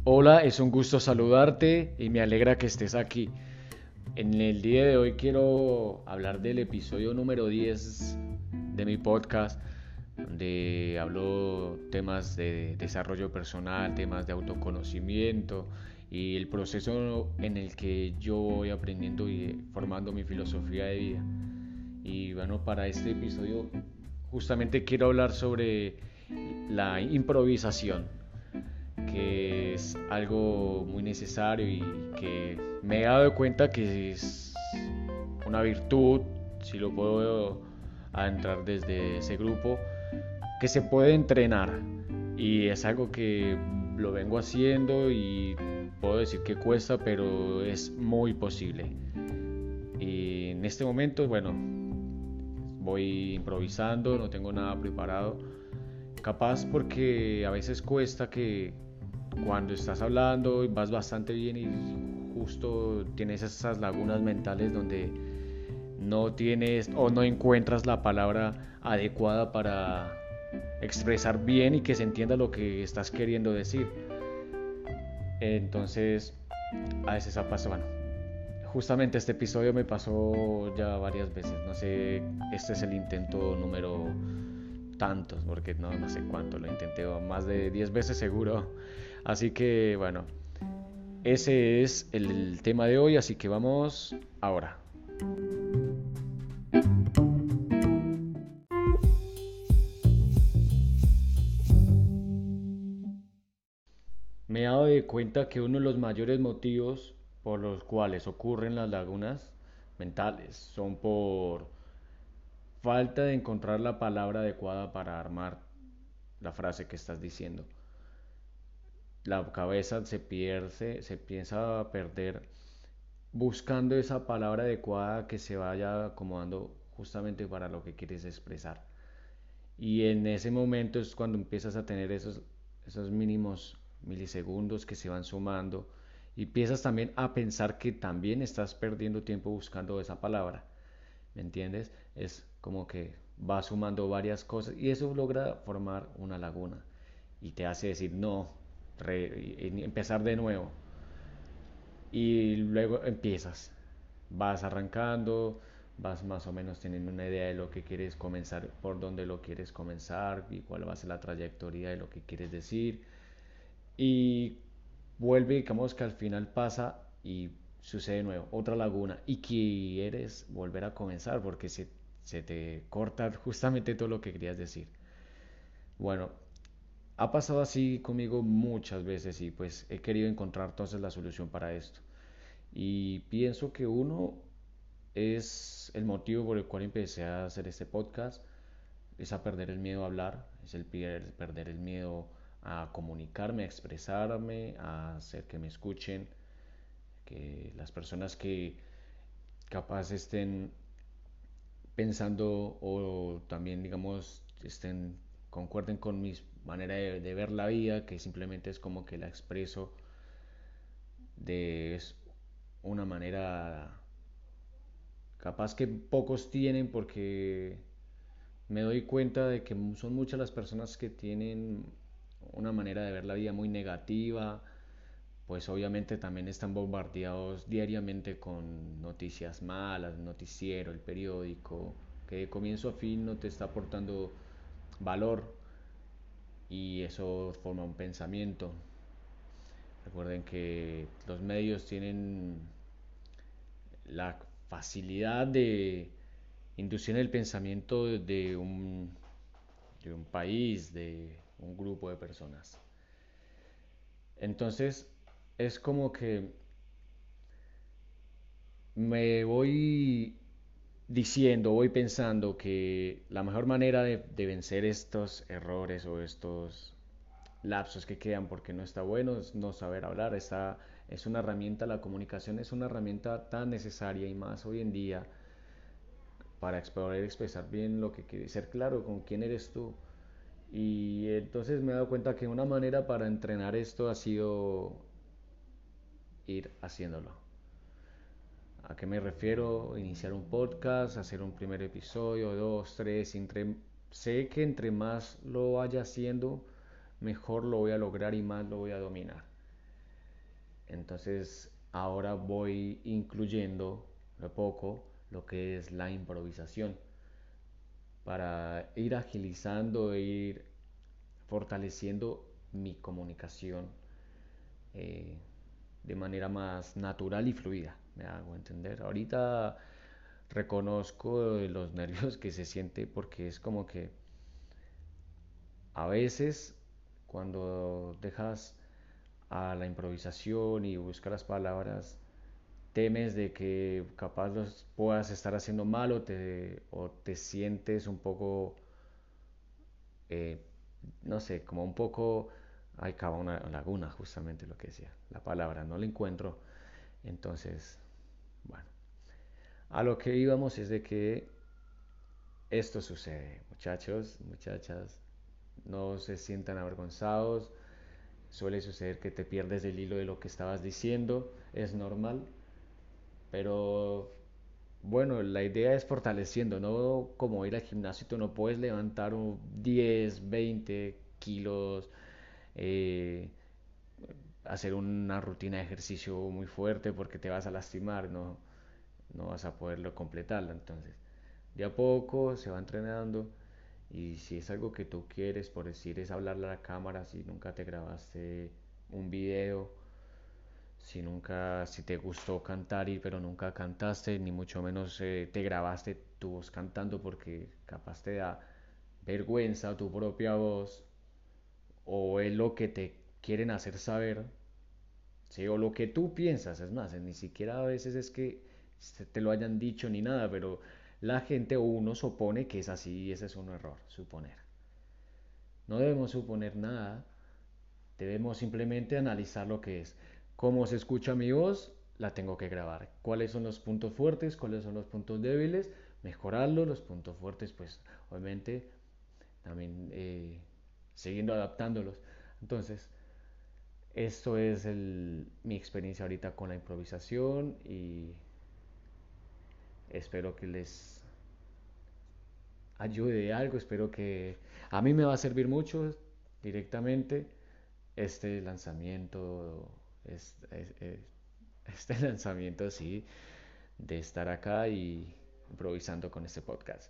Hola, es un gusto saludarte y me alegra que estés aquí. En el día de hoy quiero hablar del episodio número 10 de mi podcast, donde hablo temas de desarrollo personal, temas de autoconocimiento y el proceso en el que yo voy aprendiendo y formando mi filosofía de vida. Y bueno, para este episodio justamente quiero hablar sobre la improvisación, que es algo muy necesario y que me he dado cuenta que es una virtud, si lo puedo adentrar desde ese grupo, que se puede entrenar y es algo que lo vengo haciendo y puedo decir que cuesta, pero es muy posible. Y en este momento, bueno, voy improvisando, no tengo nada preparado. Capaz porque a veces cuesta que cuando estás hablando vas bastante bien y justo tienes esas lagunas mentales donde no tienes o no encuentras la palabra adecuada para expresar bien y que se entienda lo que estás queriendo decir. Entonces, a veces ha pasado, bueno, justamente este episodio me pasó ya varias veces. No sé, este es el intento número tantos, porque no sé cuánto lo intenté, más de 10 veces seguro. Así que bueno, ese es el tema de hoy, así que vamos ahora. Me he dado de cuenta que uno de los mayores motivos por los cuales ocurren las lagunas mentales son por falta de encontrar la palabra adecuada para armar la frase que estás diciendo. La cabeza se pierde, se piensa a perder buscando esa palabra adecuada que se vaya acomodando justamente para lo que quieres expresar. Y en ese momento es cuando empiezas a tener esos mínimos milisegundos que se van sumando y empiezas también a pensar que también estás perdiendo tiempo buscando esa palabra. ¿Me entiendes? Es como que va sumando varias cosas y eso logra formar una laguna y te hace decir no, empezar de nuevo y luego empiezas, vas arrancando, vas más o menos teniendo una idea de lo que quieres comenzar, por dónde lo quieres comenzar y cuál va a ser la trayectoria de lo que quieres decir y vuelve, digamos que al final pasa y sucede de nuevo, otra laguna y quieres volver a comenzar porque se te corta justamente todo lo que querías decir. Bueno, ha pasado así conmigo muchas veces y pues he querido encontrar entonces la solución para esto. Y pienso que uno es el motivo por el cual empecé a hacer este podcast, es a perder el miedo a hablar, es el perder el miedo a comunicarme, a expresarme, a hacer que me escuchen, que las personas que capaz estén pensando o también digamos estén concuerden con mi manera de ver la vida, que simplemente es como que la expreso de es una manera capaz que pocos tienen porque me doy cuenta de que son muchas las personas que tienen una manera de ver la vida muy negativa, pues obviamente también están bombardeados diariamente con noticias malas, noticiero, el periódico, que de comienzo a fin no te está aportando valor y eso forma un pensamiento. Recuerden que los medios tienen la facilidad de inducir el pensamiento de un país, de un grupo de personas. Entonces, es como que me voy diciendo, voy pensando que la mejor manera de vencer estos errores o estos lapsos que quedan porque no está bueno es no saber hablar. Es una herramienta, la comunicación es una herramienta tan necesaria y más hoy en día para poder expresar bien lo que quieres, ser claro con quién eres tú. Y entonces me he dado cuenta que una manera para entrenar esto ha sido ir haciéndolo. ¿A qué me refiero? Iniciar un podcast, hacer un primer episodio, dos, tres. Sé que entre más lo vaya haciendo, mejor lo voy a lograr y más lo voy a dominar. Entonces ahora voy incluyendo de poco lo que es la improvisación para ir agilizando e ir fortaleciendo mi comunicación eh, de manera más natural y fluida. Me hago entender. Ahorita reconozco los nervios que se siente porque es como que a veces cuando dejas a la improvisación y buscas las palabras, temes de que capaz los puedas estar haciendo mal o te sientes un poco, eh, no sé, como un poco, hay acaba una laguna, justamente lo que decía, la palabra, no la encuentro. Entonces, bueno, a lo que íbamos es de que esto sucede, muchachos, muchachas, no se sientan avergonzados, suele suceder que te pierdes el hilo de lo que estabas diciendo, es normal, pero bueno, la idea es fortaleciendo, no como ir al gimnasio, tú no puedes levantar 10, 20 kilos, eh, hacer una rutina de ejercicio muy fuerte porque te vas a lastimar, no, no vas a poderlo completarlo. Entonces, de a poco se va entrenando y si es algo que tú quieres, por decir, es hablarle a la cámara, si nunca te grabaste un video, si te gustó cantar y pero nunca cantaste, ni mucho menos te grabaste tu voz cantando porque capaz te da vergüenza tu propia voz o es lo que te quieren hacer saber, ¿sí? O lo que tú piensas, es más, ni siquiera a veces es que te lo hayan dicho ni nada, pero la gente o uno supone que es así y ese es un error, suponer. No debemos suponer nada, debemos simplemente analizar lo que es. Cómo se escucha mi voz, la tengo que grabar. ¿Cuáles son los puntos fuertes? ¿Cuáles son los puntos débiles? Mejorarlos. Los puntos fuertes, pues obviamente también siguiendo adaptándolos. Entonces, esto es mi experiencia ahorita con la improvisación y espero que les ayude de algo. Espero que a mí me va a servir mucho directamente este lanzamiento, este, este lanzamiento, sí, de estar acá y improvisando con este podcast.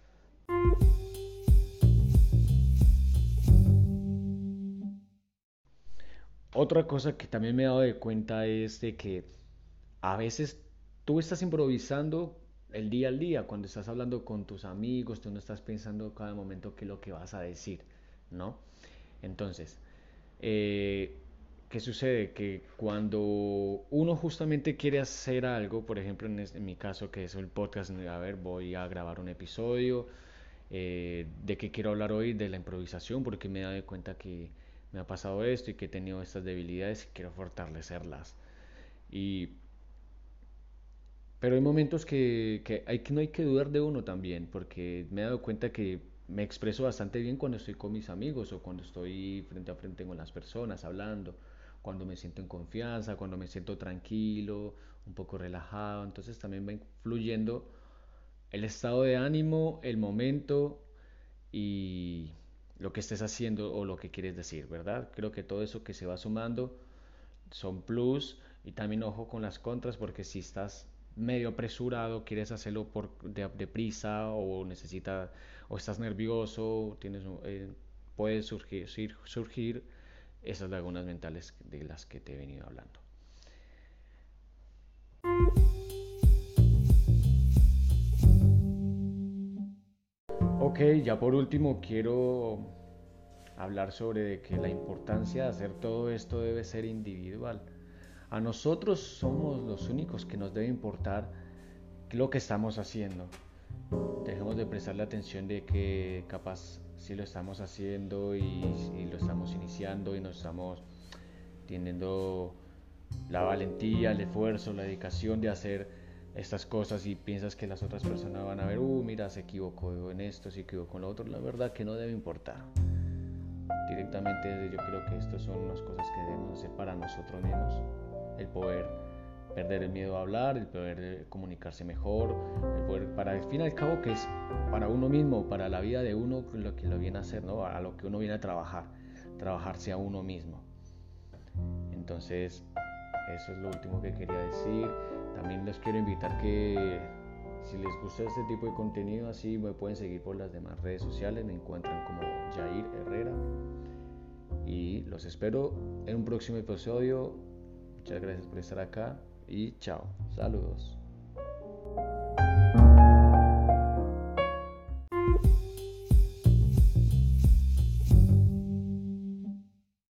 Otra cosa que también me he dado de cuenta es de que a veces tú estás improvisando el día al día, cuando estás hablando con tus amigos, tú no estás pensando cada momento qué es lo que vas a decir, ¿no? Entonces, eh, ¿qué sucede? Que cuando uno justamente quiere hacer algo, por ejemplo en mi caso que es el podcast, a ver, voy a grabar un episodio, de qué quiero hablar hoy, de la improvisación, porque me he dado cuenta que me ha pasado esto y que he tenido estas debilidades y quiero fortalecerlas. Y, pero hay momentos que no hay que dudar de uno también, porque me he dado cuenta que me expreso bastante bien cuando estoy con mis amigos o cuando estoy frente a frente con las personas hablando, cuando me siento en confianza, cuando me siento tranquilo, un poco relajado. Entonces también va influyendo el estado de ánimo, el momento y lo que estés haciendo o lo que quieres decir, ¿verdad? Creo que todo eso que se va sumando son plus y también ojo con las contras porque si estás medio apresurado, quieres hacerlo deprisa o necesitas o estás nervioso, puede surgir esas lagunas mentales de las que te he venido hablando. Ok, ya por último quiero hablar sobre que la importancia de hacer todo esto debe ser individual. A nosotros somos los únicos que nos debe importar lo que estamos haciendo. Dejemos de prestarle atención de que capaz si lo estamos haciendo y lo estamos iniciando y nos estamos teniendo la valentía, el esfuerzo, la dedicación de hacer estas cosas y piensas que las otras personas van a ver, mira, se equivocó en esto, se equivocó en lo otro, la verdad que no debe importar. Directamente yo creo que estas son unas cosas que debemos hacer para nosotros mismos, el poder perder el miedo a hablar, el poder comunicarse mejor, el poder, para al fin y al cabo que es para uno mismo, para la vida de uno, lo que lo viene a hacer, ¿no? A lo que uno viene a trabajar, trabajarse a uno mismo. Entonces, eso es lo último que quería decir. También les quiero invitar que si les gusta este tipo de contenido así me pueden seguir por las demás redes sociales, me encuentran como Jair Herrera y los espero en un próximo episodio. Muchas gracias por estar acá y chao, saludos.